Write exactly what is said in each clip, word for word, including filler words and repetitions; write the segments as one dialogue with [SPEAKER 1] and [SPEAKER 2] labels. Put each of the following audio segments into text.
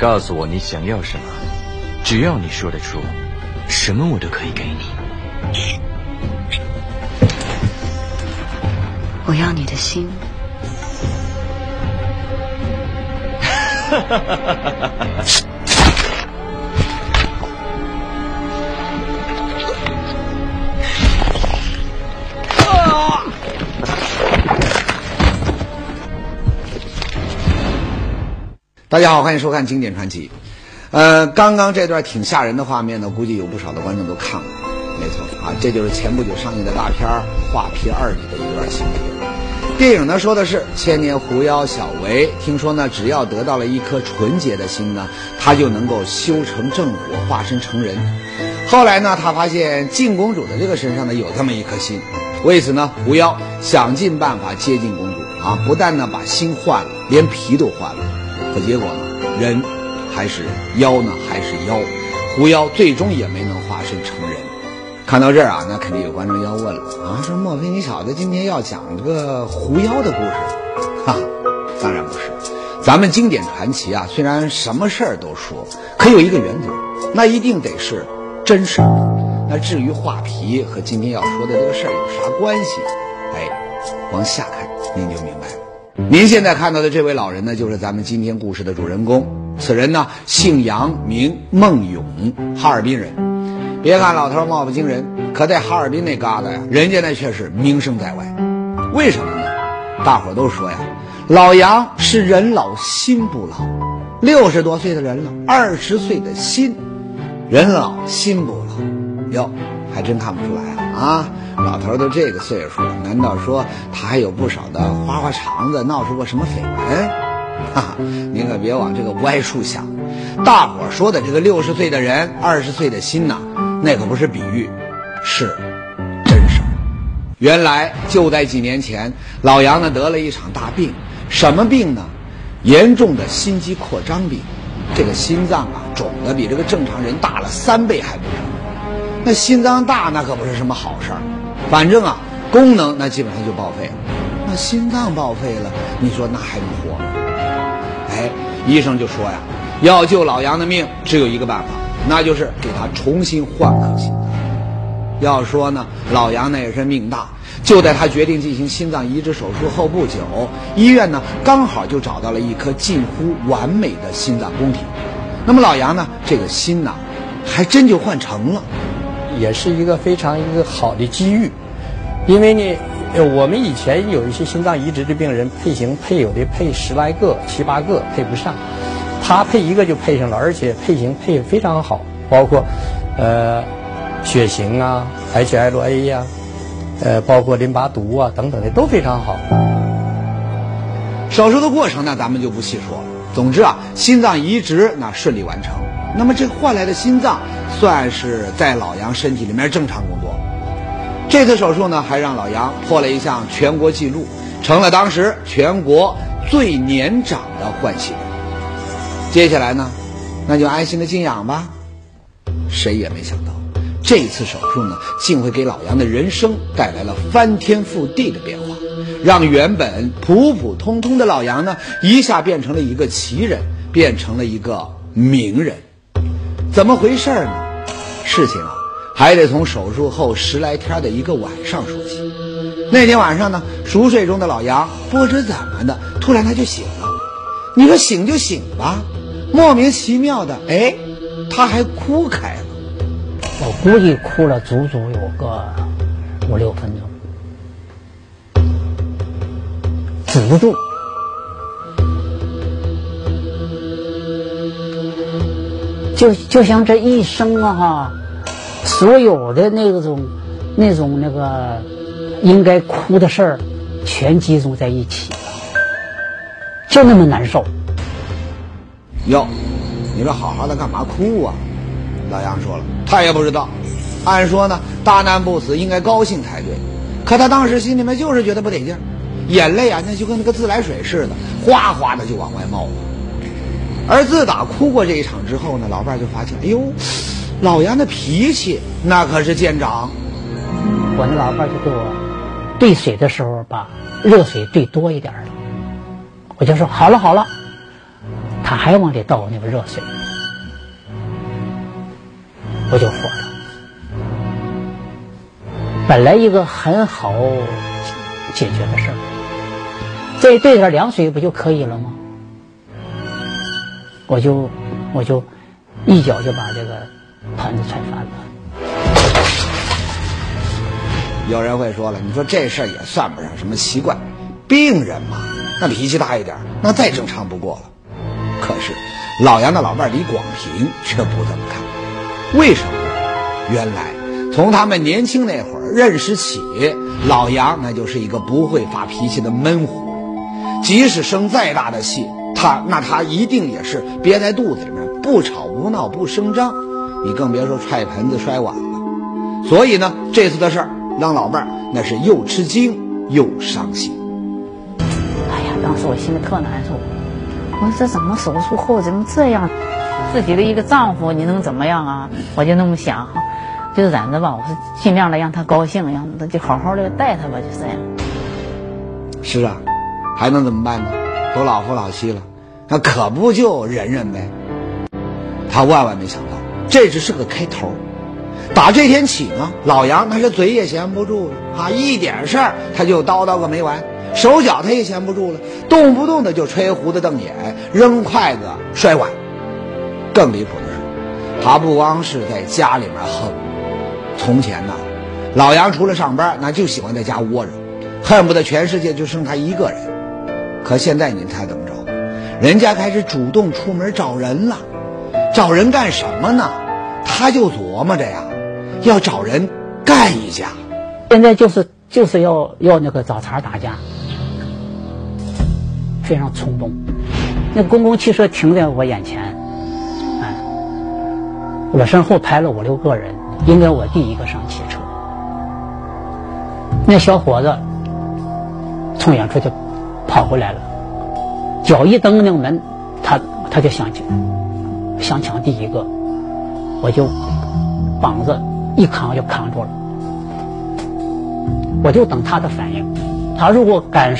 [SPEAKER 1] 告诉我你想要什么，只要你说得出，什么我都可以给你。
[SPEAKER 2] 我要你的心。
[SPEAKER 1] 哈哈哈哈哈！
[SPEAKER 3] 大家好，欢迎收看经典传奇。呃，刚刚这段挺吓人的画面呢，估计有不少的观众都看过。没错啊，这就是前不久上映的大片《画皮二》里的一段情节。电影呢说的是千年狐妖小维，听说呢只要得到了一颗纯洁的心呢，他就能够修成正果，化身成人。后来呢，他发现靖公主的这个身上呢有这么一颗心，为此呢，狐妖想尽办法接近公主啊，不但呢把心换了，连皮都换了。可结果呢，人还是人，妖呢还是妖，狐妖最终也没能化身成人。看到这儿啊，那肯定有观众要问了啊，说莫非你小子今天要讲这个狐妖的故事？哈，当然不是。咱们经典传奇啊，虽然什么事儿都说，可有一个原则，那一定得是真事儿。那至于画皮和今天要说的这个事儿有啥关系？哎，往下看您就明白了。您现在看到的这位老人呢，就是咱们今天故事的主人公。此人呢，姓杨，名孟勇，哈尔滨人。别看老头貌不惊人，可在哈尔滨那旮瘩呀，人家那却是名声在外。为什么呢？大伙都说呀，老杨是人老心不老，六十多岁的人了，二十岁的心，人老心不老，哟，还真看不出来啊！啊，老头都这个岁数了，难道说他还有不少的花花肠子闹出过什么绯闻？哈哈，您可别往这个歪处想。大伙说的这个六十岁的人，二十岁的心呐、啊，那可不是比喻，是真事儿。原来就在几年前，老杨呢得了一场大病，什么病呢？严重的心肌扩张病。这个心脏啊肿得比这个正常人大了三倍还不止。那心脏大那可不是什么好事儿，反正啊功能那基本上就报废了。那心脏报废了，你说那还能活吗？哎，医生就说呀，要救老杨的命只有一个办法，那就是给他重新换颗心脏。要说呢，老杨那也是命大，就在他决定进行心脏移植手术后不久，医院呢刚好就找到了一颗近乎完美的心脏供体。那么老杨呢，这个心呐，还真就换成了。
[SPEAKER 4] 也是一个非常一个好的机遇，因为呢，我们以前有一些心脏移植的病人配型配有的配十来个、七八个配不上，他配一个就配上了，而且配型配非常好，包括呃血型啊、H L A 呀、啊、呃包括淋巴毒啊等等的都非常好。
[SPEAKER 3] 手术的过程呢，咱们就不细说了。总之啊，心脏移植那顺利完成。那么这换来的心脏算是在老杨身体里面正常工作。这次手术呢，还让老杨破了一项全国纪录，成了当时全国最年长的换心。接下来呢，那就安心的静养吧。谁也没想到，这次手术呢，竟会给老杨的人生带来了翻天覆地的变化，让原本普普通通的老杨呢，一下变成了一个奇人，变成了一个名人。怎么回事呢？事情啊，还得从手术后十来天的一个晚上说起。那天晚上呢，熟睡中的老杨不知怎么的，突然他就醒了。你说醒就醒吧，莫名其妙的，哎，他还哭开了。
[SPEAKER 5] 我估计哭了足足有个五六分钟，止不住。就就像这一生啊哈，所有的那种那种那个应该哭的事儿，全集中在一起了，就那么难受。
[SPEAKER 3] 哟，你说好好的干嘛哭啊？老杨说了，他也不知道。按说呢，大难不死应该高兴才对，可他当时心里面就是觉得不得劲儿，眼泪啊那就跟那个自来水似的，哗哗的就往外冒。而自打哭过这一场之后呢，老伴就发现，哎呦，老杨的脾气那可是见长。
[SPEAKER 5] 我那老伴就对我兑水的时候把热水兑多一点了，我就说好了好了， 他还往里倒那个热水，我就火了。本来一个很好解决的事儿，再兑点凉水不就可以了吗？我就我就一脚就把这个盘子踹翻了。
[SPEAKER 3] 有人会说了，你说这事儿也算不上什么奇怪，病人嘛，那脾气大一点，那再正常不过了。可是老杨的老伴李广平却不这么看。为什么呢？原来从他们年轻那会儿认识起，老杨那就是一个不会发脾气的闷葫芦，即使生再大的气，他那他一定也是憋在肚子里面，不吵不闹不声张，你更别说踹盆子摔碗了。所以呢，这次的事儿让老伴儿那是又吃惊又伤心。
[SPEAKER 6] 哎呀，当时我心里特难受，我说这怎么手术后怎么这样？自己的一个丈夫你能怎么样啊？我就那么想，就忍着吧，我说尽量的让他高兴，让他就好好的带他吧，就这样。
[SPEAKER 3] 是啊，还能怎么办呢？都老夫老妻了，那可不就忍忍呗。他万万没想到，这只是个开头。打这天起呢，老杨他是嘴也闲不住了啊，一点事儿他就叨叨个没完，手脚他也闲不住了，动不动的就吹胡子瞪眼，扔筷子摔碗。更离谱的是，他不光是在家里面横，从前呢，老杨除了上班，那就喜欢在家窝着，恨不得全世界就剩他一个人。可现在您猜怎么着？人家开始主动出门找人了，找人干什么呢？他就琢磨着呀，要找人干一架。
[SPEAKER 5] 现在就是就是要要那个找茬打架，非常冲动。那公共汽车停在我眼前，哎，我身后排了五六个人，应该我第一个上汽车。那小伙子从远处就跑回来了，脚一蹬那个门，他他就想想抢第一个，我就膀子一扛就扛住了，我就等他的反应。他如果敢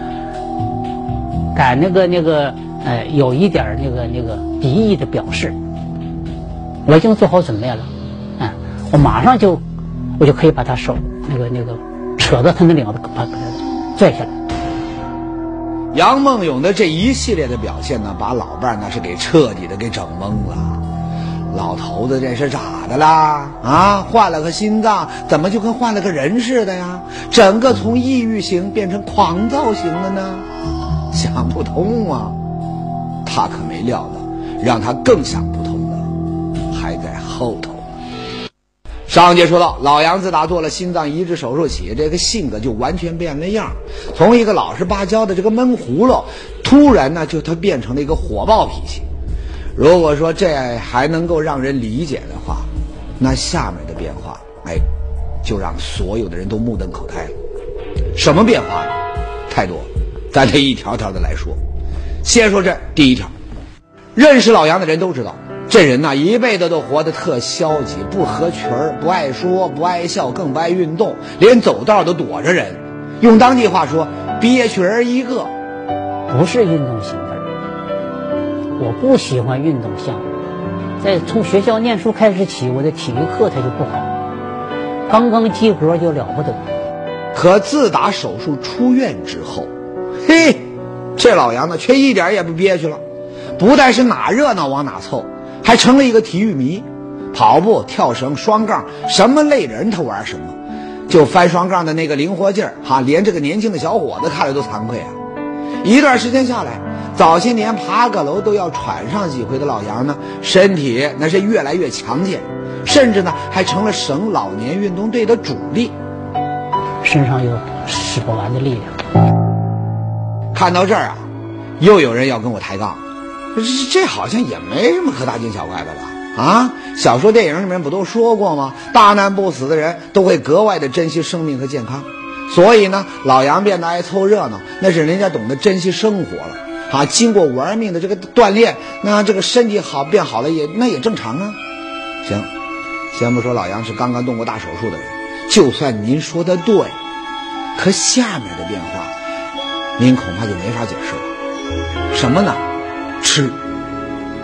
[SPEAKER 5] 敢那个那个呃有一点那个那个敌意的表示，我已经做好准备了，嗯，我马上就我就可以把他手那个那个扯到他的领子，把他拽下来。
[SPEAKER 3] 杨梦咏的这一系列的表现呢，把老伴那是给彻底的给整懵了。老头子这是咋的啦？啊，换了个心脏，怎么就跟换了个人似的呀？整个从抑郁型变成狂躁型了呢？想不通啊！他可没料到，让他更想不通的还在后头。上节说到，老杨自打做了心脏移植手术起，这个性格就完全变了样，从一个老实巴交的这个闷葫芦，突然呢就他变成了一个火爆脾气。如果说这还能够让人理解的话，那下面的变化，哎，就让所有的人都目瞪口呆了。什么变化呢？太多，咱得一条条的来说。先说这第一条，认识老杨的人都知道，这人呐、啊、一辈子都活得特消极，不合群儿，不爱说，不爱笑，更不爱运动，连走道都躲着人。用当地话说，憋屈儿一个。
[SPEAKER 5] 不是运动型的人，我不喜欢运动项目。在从学校念书开始起，我的体育课它就不好，刚刚及格就了不得。
[SPEAKER 3] 可自打手术出院之后，嘿，这老杨呢却一点也不憋屈了，不但是哪热闹往哪凑，还成了一个体育迷，跑步、跳绳、双杠，什么类人他玩什么。就翻双杠的那个灵活劲儿，哈，连这个年轻的小伙子看了都惭愧啊。一段时间下来，早些年爬个楼都要喘上几回的老杨呢，身体那是越来越强健，甚至呢还成了省老年运动队的主力，
[SPEAKER 5] 身上有使不完的力量。
[SPEAKER 3] 看到这儿啊，又有人要跟我抬杠，这这好像也没什么可大惊小怪的吧？啊，小说电影里面不都说过吗？大难不死的人都会格外的珍惜生命和健康。所以呢，老杨变得爱凑热闹，那是人家懂得珍惜生活了啊。经过玩命的这个锻炼，那这个身体好变好了也那也正常啊。行，先不说老杨是刚刚动过大手术的人，就算您说的对，可下面的变化您恐怕就没法解释了。什么呢？吃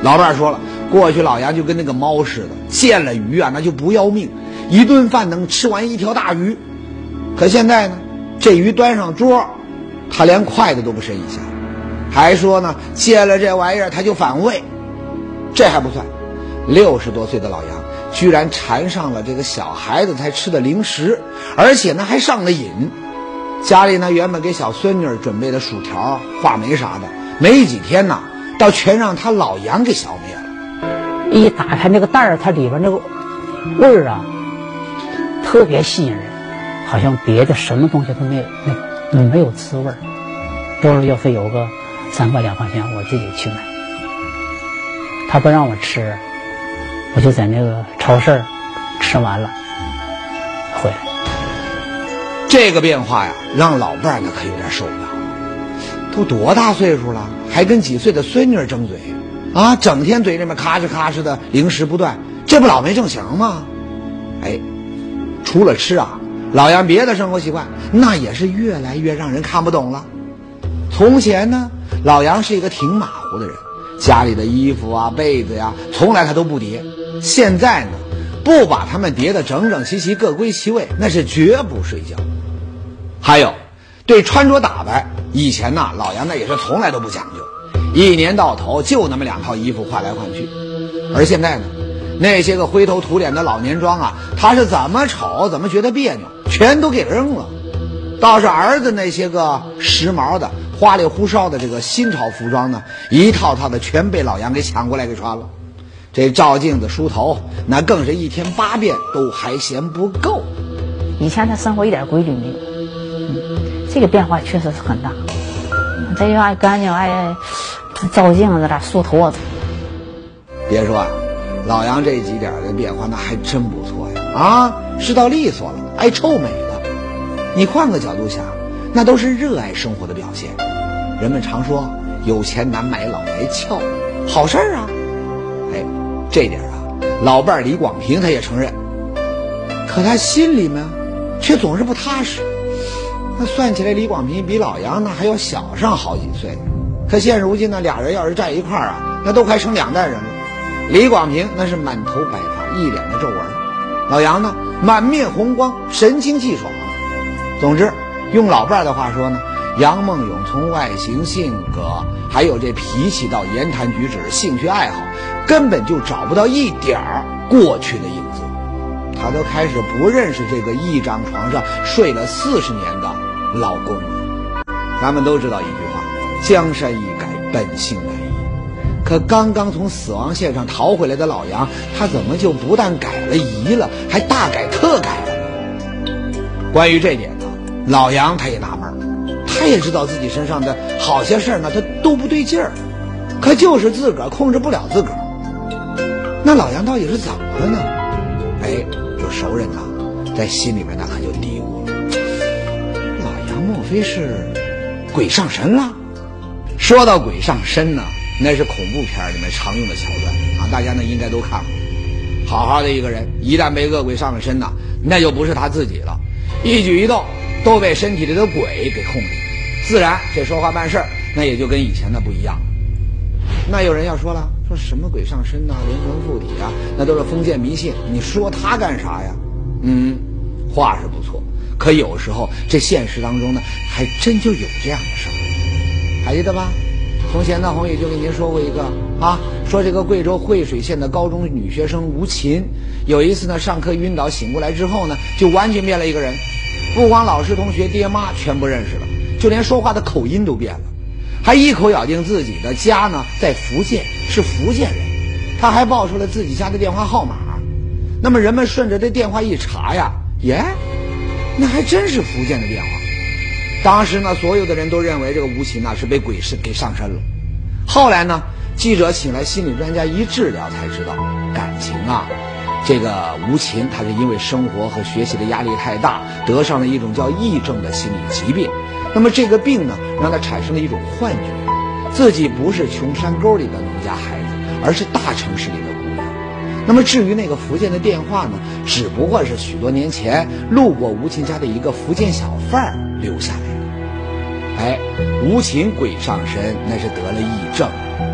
[SPEAKER 3] 老伴儿说了，过去老杨就跟那个猫似的，见了鱼啊那就不要命，一顿饭能吃完一条大鱼。可现在呢，这鱼端上桌，他连筷子都不伸一下，还说呢见了这玩意儿他就反胃。这还不算，六十多岁的老杨居然缠上了这个小孩子才吃的零食，而且呢还上了瘾。家里呢原本给小孙女准备的薯条、话梅啥的，没几天呢倒全让他老杨给消灭了。
[SPEAKER 5] 一打开那个袋儿，它里边那个味儿啊，特别吸引人，好像别的什么东西都没有，那没有滋味儿。周日要非有个三块两块钱，我自己去买。他不让我吃，我就在那个超市吃完了回来。
[SPEAKER 3] 这个变化呀，让老伴儿呢可有点受不了了。都多大岁数了，还跟几岁的孙女争嘴啊？整天嘴里面咔哧咔哧的零食不断，这不老没正形吗？哎，除了吃啊，老杨别的生活习惯那也是越来越让人看不懂了。从前呢，老杨是一个挺马虎的人，家里的衣服啊、被子呀，从来他都不叠。现在呢，不把他们叠得整整齐齐、各归其位，那是绝不睡觉。还有，对穿着打扮，以前呢，老杨那也是从来都不讲究，一年到头就那么两套衣服换来换去。而现在呢，那些个灰头土脸的老年装啊，他是怎么瞅怎么觉得别扭，全都给扔了。倒是儿子那些个时髦的、花里胡哨的这个新潮服装呢，一套套的全被老杨给抢过来给穿了。这照镜子梳头，那更是一天八遍都还嫌不够。
[SPEAKER 6] 以前他生活一点规律没有，嗯，这个变化确实是很大。他就爱干净，爱照镜子啦、梳头啊。
[SPEAKER 3] 别说啊，老杨这几点的变化那还真不错呀！啊，世道利索了，爱臭美了。你换个角度想，那都是热爱生活的表现。人们常说有钱难买老来俏，好事儿啊。哎，这点啊，老伴儿李广平他也承认，可他心里面却总是不踏实。那算起来，李广平比老杨那还要小上好几岁。可现如今呢，俩人要是在一块儿啊，那都快成两代人了。李广平那是满头白发，一脸的皱纹；老杨呢，满面红光，神清气爽。总之，用老伴儿的话说呢，杨梦咏从外形、性格，还有这脾气到言谈举止、兴趣爱好，根本就找不到一点儿过去的影子。他都开始不认识这个一张床上睡了四十年的老公了。咱们都知道一句话：江山易改，本性难移。可刚刚从死亡线上逃回来的老杨，他怎么就不但改了移了，还大改特改了呢？关于这点呢，老杨他也纳闷，他也知道自己身上的好些事儿呢，他都不对劲儿，可就是自个儿控制不了自个儿。那老杨到底是怎么了呢？哎，有熟人呐，在心里面那可就嘀咕了：老杨莫非是鬼上身了？说到鬼上身呢，那是恐怖片里面常用的桥段啊，大家呢应该都看过。好好的一个人，一旦被恶鬼上了身呢，那就不是他自己了，一举一动都被身体里的鬼给控制，自然这说话办事那也就跟以前的不一样了。那有人要说了，说什么鬼上身呐、灵魂附体啊，那都是封建迷信，你说他干啥呀？嗯，话是不错，可有时候这现实当中呢，还真就有这样的事儿。还记得吧？从前呢，红宇就跟您说过一个啊，说这个贵州惠水县的高中女学生吴琴，有一次呢上课晕倒，醒过来之后呢，就完全变了一个人，不光老师、同学、爹妈全不认识了，就连说话的口音都变了，还一口咬定自己的家呢在福建，是福建人。他还报出了自己家的电话号码。那么人们顺着这电话一查呀，耶，那还真是福建的电话。当时呢，所有的人都认为这个吴琴呢是被鬼是给上身了。后来呢，记者请来心理专家一治疗，才知道感情啊，这个吴琴她是因为生活和学习的压力太大，得上了一种叫癔症的心理疾病。那么这个病呢，让她产生了一种幻觉，自己不是穷山沟里的农家孩子，而是大城市里的姑娘。那么至于那个福建的电话呢，只不过是许多年前路过吴琴家的一个福建小贩留下来的。哎，吴琴鬼上身，那是得了癔症。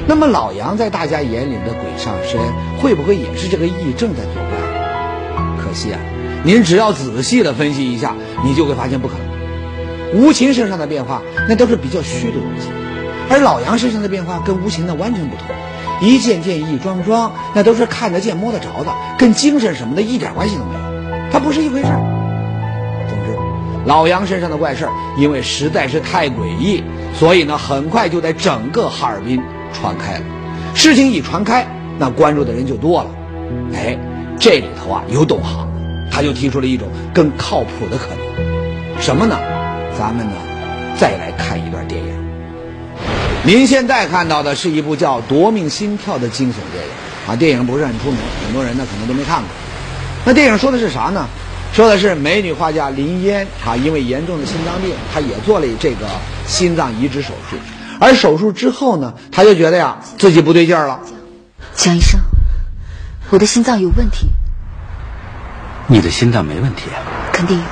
[SPEAKER 3] 那么老杨在大家眼里的鬼上身，会不会也是这个癔症在作怪？可惜啊，您只要仔细的分析一下，你就会发现不可能。吴琴身上的变化，那都是比较虚的东西，而老杨身上的变化跟吴琴的完全不同，一件件一桩桩，那都是看得见摸得着的，跟精神什么的一点关系都没有，它不是一回事儿。总之，老杨身上的怪事儿，因为实在是太诡异，所以呢，很快就在整个哈尔滨传开了。事情一传开，那关注的人就多了。哎，这里头啊有懂行，他就提出了一种更靠谱的可能，什么呢？咱们呢，再来看一段电影。您现在看到的是一部叫《夺命心跳》的惊悚电影啊，电影不是很出名，很多人呢可能都没看过。那电影说的是啥呢？说的是美女画家林嫣，她因为严重的心脏病，她也做了这个心脏移植手术。而手术之后呢，她就觉得呀自己不对劲儿了。
[SPEAKER 2] 蒋医生，我的心脏有问题。
[SPEAKER 7] 你的心脏没问题啊？
[SPEAKER 2] 肯定有。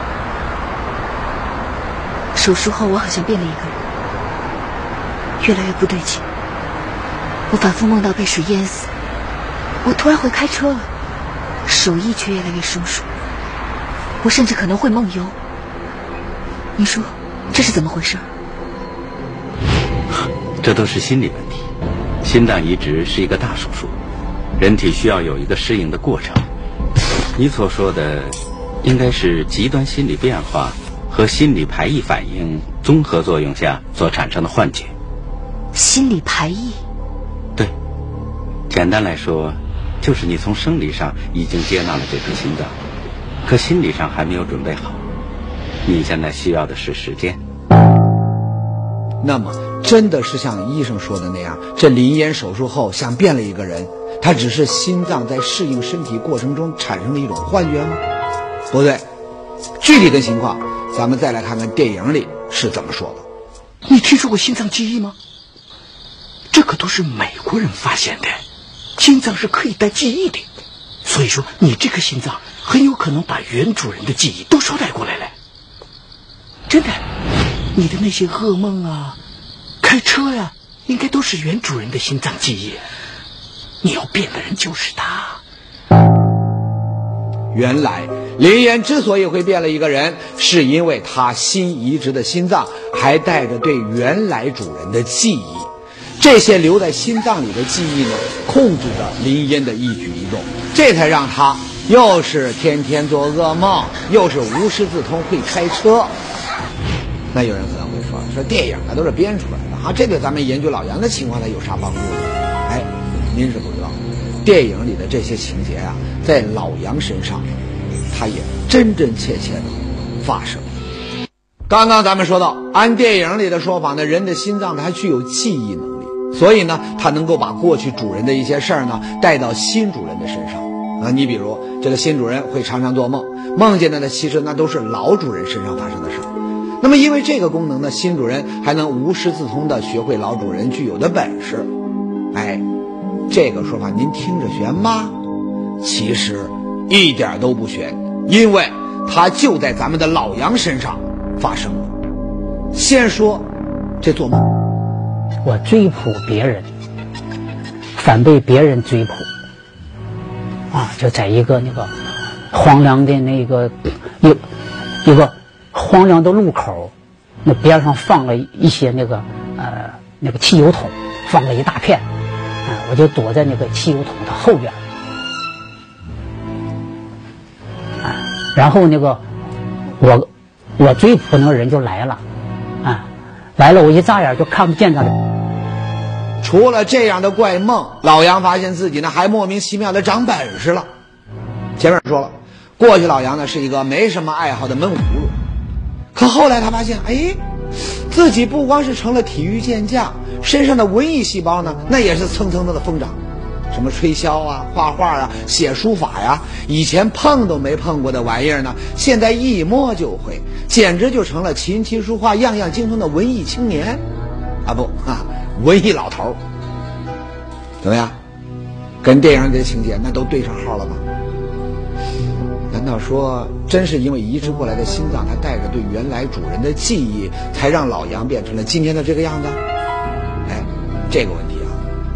[SPEAKER 2] 手术后我好像变了一个人，越来越不对劲。我反复梦到被水淹死，我突然会开车了，手艺却越来越生疏，我甚至可能会梦游。你说这是怎么回事？
[SPEAKER 7] 这都是心理问题。心脏移植是一个大手术，人体需要有一个适应的过程。你所说的应该是极端心理变化和心理排异反应综合作用下所产生的幻觉。
[SPEAKER 2] 心理排异？
[SPEAKER 7] 对，简单来说，就是你从生理上已经接纳了这颗心脏，可心理上还没有准备好。你现在需要的是时间。
[SPEAKER 3] 那么真的是像医生说的那样，这林嫣手术后像变了一个人，她只是心脏在适应身体过程中产生的一种幻觉吗？不对，具体的情况咱们再来看看电影里是怎么说的。
[SPEAKER 8] 你听说过心脏记忆吗？这可都是美国人发现的，心脏是可以带记忆的，所以说你这颗心脏很有可能把原主人的记忆都捎带过来了。真的，你的那些噩梦啊，开车呀、啊，应该都是原主人的心脏记忆。你要变的人就是他。
[SPEAKER 3] 原来林嫣之所以会变了一个人，是因为她新移植的心脏还带着对原来主人的记忆，这些留在心脏里的记忆呢，控制着林嫣的一举一动，这才让她又是天天做噩梦，又是无师自通会开车。那有人可能会说，说电影啊都是编出来的啊，这对咱们研究老杨的情况呢有啥帮助呢？哎，您是不知道，电影里的这些情节啊，在老杨身上，它也真真切切的发生。刚刚咱们说到，按电影里的说法呢，人的心脏它还具有记忆能力，所以呢，它能够把过去主人的一些事儿呢带到新主人的身上啊。你比如这个新主人会常常做梦，梦见的呢其实那都是老主人身上发生的事儿。那么因为这个功能呢，新主人还能无师自通的学会老主人具有的本事。哎，这个说法您听着悬吗？其实一点都不悬，因为它就在咱们的老杨身上发生了。先说这做梦，
[SPEAKER 5] 我追捕别人，反被别人追捕，啊，就在一个那个荒凉的那个一一个荒凉的路口，那边上放了一些那个呃那个汽油桶，放了一大片，啊，我就躲在那个汽油桶的后边，啊，然后那个我我追捕那个人就来了，啊，来了，我一眨眼就看不见他了。
[SPEAKER 3] 除了这样的怪梦，老杨发现自己呢还莫名其妙的长本事了。前面说了，过去老杨呢是一个没什么爱好的闷葫芦，可后来他发现，哎，自己不光是成了体育健将，身上的文艺细胞呢那也是蹭蹭的疯长。什么吹箫啊、画画啊、写书法呀，以前碰都没碰过的玩意儿呢，现在一摸就会，简直就成了琴棋书画样样精通的文艺青年啊！不啊，文艺老头。怎么样？跟电影里的情节那都对上号了吗？难道说真是因为移植过来的心脏，它带着对原来主人的记忆，才让老杨变成了今天的这个样子？哎，这个问题啊，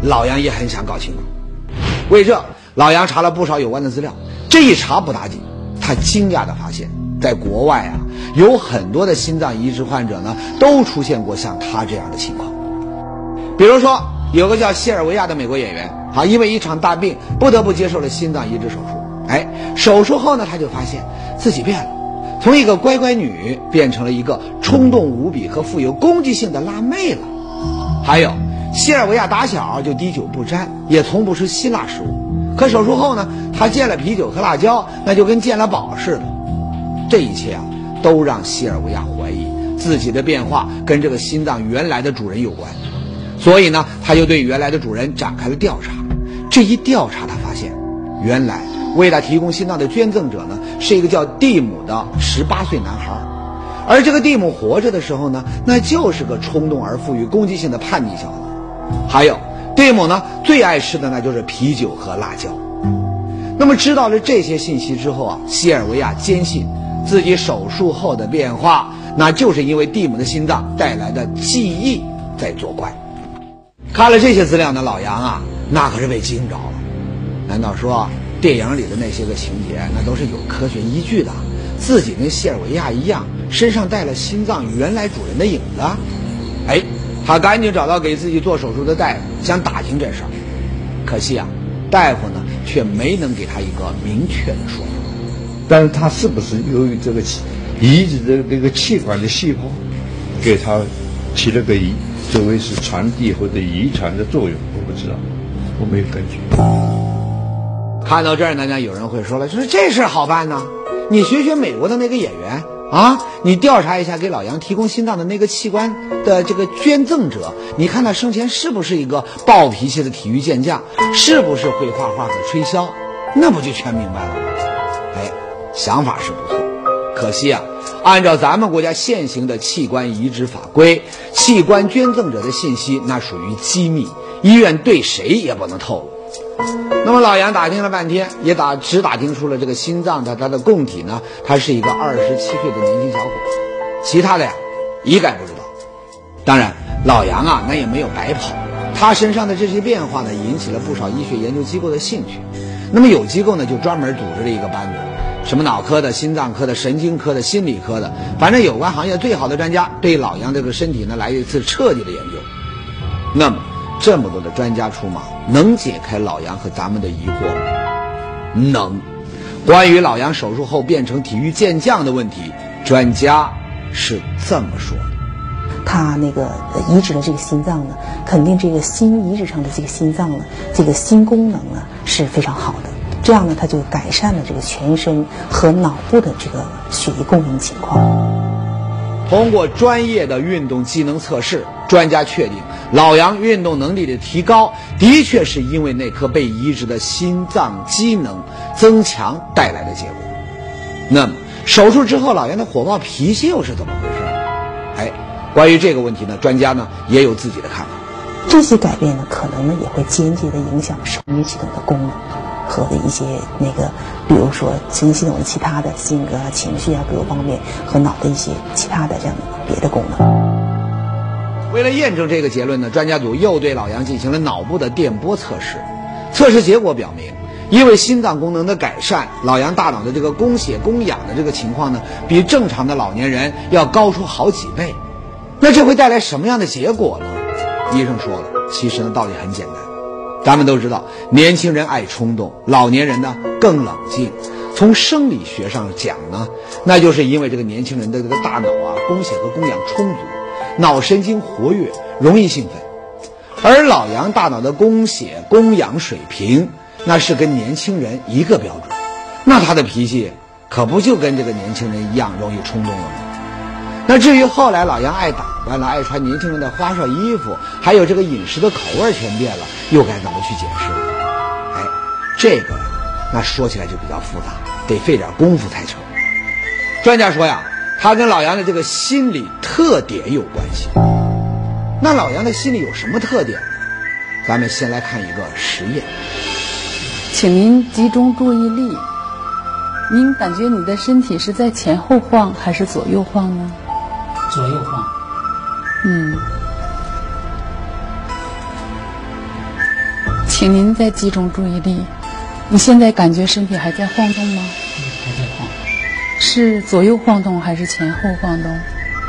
[SPEAKER 3] 老杨也很想搞清楚。为这，老杨查了不少有关的资料。这一查不打紧，他惊讶地发现，在国外啊，有很多的心脏移植患者呢，都出现过像他这样的情况。比如说，有个叫西尔维亚的美国演员，啊，因为一场大病，不得不接受了心脏移植手术。哎，手术后呢，他就发现自己变了，从一个乖乖女变成了一个冲动无比和富有攻击性的辣妹了。还有，西尔维亚打小就滴酒不沾，也从不吃辛辣食物。可手术后呢，他见了啤酒和辣椒，那就跟见了宝似的。这一切啊，都让西尔维亚怀疑自己的变化跟这个心脏原来的主人有关。所以呢，他就对原来的主人展开了调查。这一调查，他发现，原来为他提供心脏的捐赠者呢，是一个叫蒂姆的十八岁男孩。而这个蒂姆活着的时候呢，那就是个冲动而富于攻击性的叛逆小子。还有，蒂姆呢最爱吃的那就是啤酒和辣椒。那么知道了这些信息之后啊，西尔维亚坚信自己手术后的变化，那就是因为蒂姆的心脏带来的记忆在作怪。看了这些资料呢，老杨啊，那可是被惊着了。难道说电影里的那些个情节，那都是有科学依据的？自己跟西尔维亚一样，身上带了心脏原来主人的影子？哎，他赶紧找到给自己做手术的大夫，想打听这事儿。可惜啊，大夫呢却没能给他一个明确的说法。
[SPEAKER 9] 但是他是不是由于这个移植的这个器官的细胞给他起了个疑，作为是传递或者遗传的作用，我不知道，我没有根据。
[SPEAKER 3] 看到这儿呢，那有人会说了，就是这事好办呢，你学学美国的那个演员啊，你调查一下给老杨提供心脏的那个器官的这个捐赠者，你看他生前是不是一个暴脾气的体育健将，是不是会画画和吹箫，那不就全明白了吗？哎，想法是不错，可惜啊，按照咱们国家现行的器官移植法规，器官捐赠者的信息那属于机密，医院对谁也不能透露。那么老杨打听了半天，也打只打听出了这个心脏的它的供体呢，他是一个二十七岁的年轻小伙子，其他的呀一概不知道。当然老杨啊那也没有白跑，他身上的这些变化呢引起了不少医学研究机构的兴趣。那么有机构呢就专门组织了一个班子，什么脑科的、心脏科的、神经科的、心理科的，反正有关行业最好的专家对老杨这个身体呢来一次彻底的研究。那么这么多的专家出马，能解开老杨和咱们的疑惑吗？能。关于老杨手术后变成体育健将的问题，专家是这么说的：
[SPEAKER 10] 他那个移植的这个心脏呢，肯定这个新移植上的这个心脏呢，这个新功能呢是非常好的。这样呢，它就改善了这个全身和脑部的这个血液供应情况。
[SPEAKER 3] 通过专业的运动机能测试，专家确定老杨运动能力的提高，的确是因为那颗被移植的心脏机能增强带来的结果。那么手术之后老杨的火爆脾气又是怎么回事？哎，关于这个问题呢，专家呢也有自己的看法。
[SPEAKER 10] 这些改变呢，可能呢也会间接的影响神经系统的功能和的一些那个，比如说神经系统的其他的性格啊、情绪啊各个方面，和脑的一些其他的这样的别的功能。
[SPEAKER 3] 为了验证这个结论呢，专家组又对老杨进行了脑部的电波测试。测试结果表明，因为心脏功能的改善，老杨大脑的这个供血供氧的这个情况呢，比正常的老年人要高出好几倍。那这会带来什么样的结果呢？医生说了，其实呢道理很简单。咱们都知道，年轻人爱冲动，老年人呢更冷静。从生理学上讲呢，那就是因为这个年轻人的这个大脑啊，供血和供氧充足，脑神经活跃，容易兴奋。而老杨大脑的供血供氧水平，那是跟年轻人一个标准，那他的脾气可不就跟这个年轻人一样容易冲动了吗？那至于后来老杨爱打扮了，爱穿年轻人的花哨衣服，还有这个饮食的口味全变了，又该怎么去解释呢？哎，这个那说起来就比较复杂，得费点功夫才成。专家说呀，他跟老杨的这个心理特点有关系。那老杨的心理有什么特点呢？咱们先来看一个实验。
[SPEAKER 11] 请您集中注意力，您感觉你的身体是在前后晃还是左右晃呢？
[SPEAKER 5] 左右晃。
[SPEAKER 11] 嗯。 请您再集中注意力。你现在感觉身体还在晃动吗？
[SPEAKER 5] 还在晃。
[SPEAKER 11] 是左右晃动还是前后晃动？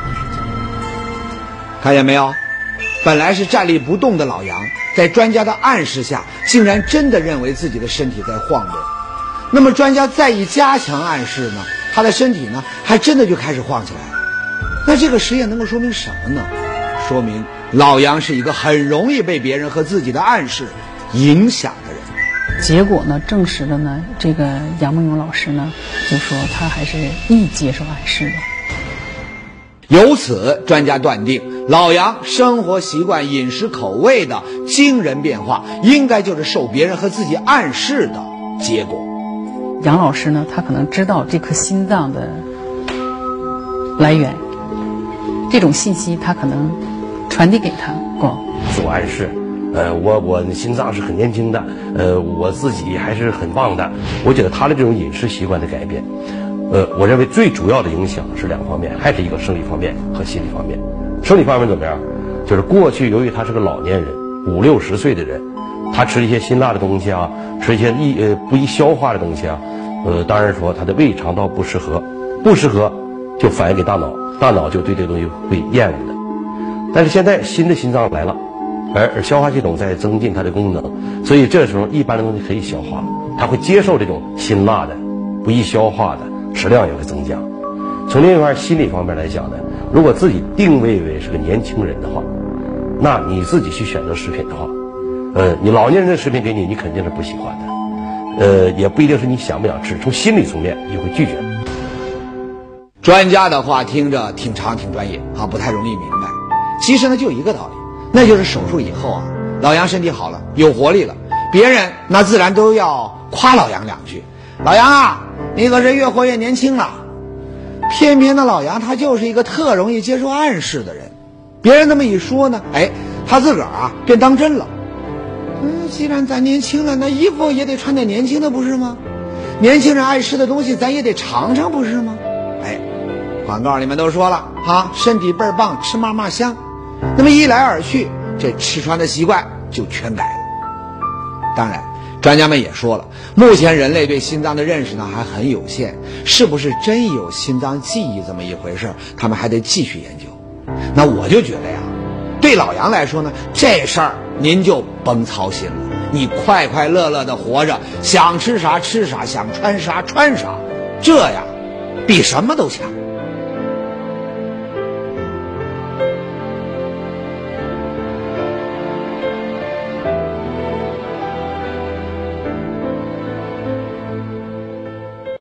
[SPEAKER 3] 看见没有？本来是站立不动的老杨，在专家的暗示下，竟然真的认为自己的身体在晃动。那么专家再一加强暗示呢，他的身体呢，还真的就开始晃起来了。那这个实验能够说明什么呢？说明老杨是一个很容易被别人和自己的暗示影响的人。
[SPEAKER 11] 结果呢，证实了呢，这个杨梦勇老师呢，就说他还是易接受暗示的。
[SPEAKER 3] 由此，专家断定，老杨生活习惯、饮食口味的惊人变化，应该就是受别人和自己暗示的结果。
[SPEAKER 11] 杨老师呢，他可能知道这颗心脏的来源，这种信息他可能传递给他过。
[SPEAKER 12] 自我暗示，呃，我我心脏是很年轻的，呃，我自己还是很棒的。我觉得他的这种饮食习惯的改变。呃，我认为最主要的影响是两方面，还是一个生理方面和心理方面。生理方面怎么样？就是过去由于他是个老年人，五六十岁的人，他吃一些辛辣的东西啊，吃一些易呃不易消化的东西啊，呃，当然说他的胃肠道不适合，不适合就反映给大脑，大脑就对这个东西会厌恶的。但是现在新的心脏来了，而消化系统在增进它的功能，所以这时候一般的东西可以消化，他会接受这种辛辣的、不易消化的。食量也会增加。从另一方面心理方面来讲呢，如果自己定位为是个年轻人的话，那你自己去选择食品的话，呃，你老年人的食品给你，你肯定是不喜欢的，呃，也不一定是你想不想吃，从心理层面也会拒绝。
[SPEAKER 3] 专家的话听着挺长挺专业啊，不太容易明白。其实呢，就一个道理，那就是手术以后啊，老杨身体好了，有活力了，别人那自然都要夸老杨两句。老杨啊，你可是越活越年轻了。偏偏的老杨他就是一个特容易接受暗示的人，别人那么一说呢，哎，他自个儿啊便当真了。嗯，既然咱年轻了，那衣服也得穿点年轻的，不是吗？年轻人爱吃的东西咱也得尝尝，不是吗？哎，广告里面都说了啊，身体倍儿棒，吃嘛嘛香。那么一来二去，这吃穿的习惯就全改了。当然专家们也说了，目前人类对心脏的认识呢还很有限，是不是真有心脏记忆这么一回事，他们还得继续研究。那我就觉得呀，对老杨来说呢，这事儿您就甭操心了，你快快乐乐的活着，想吃啥吃啥，想穿啥穿啥，这呀比什么都强。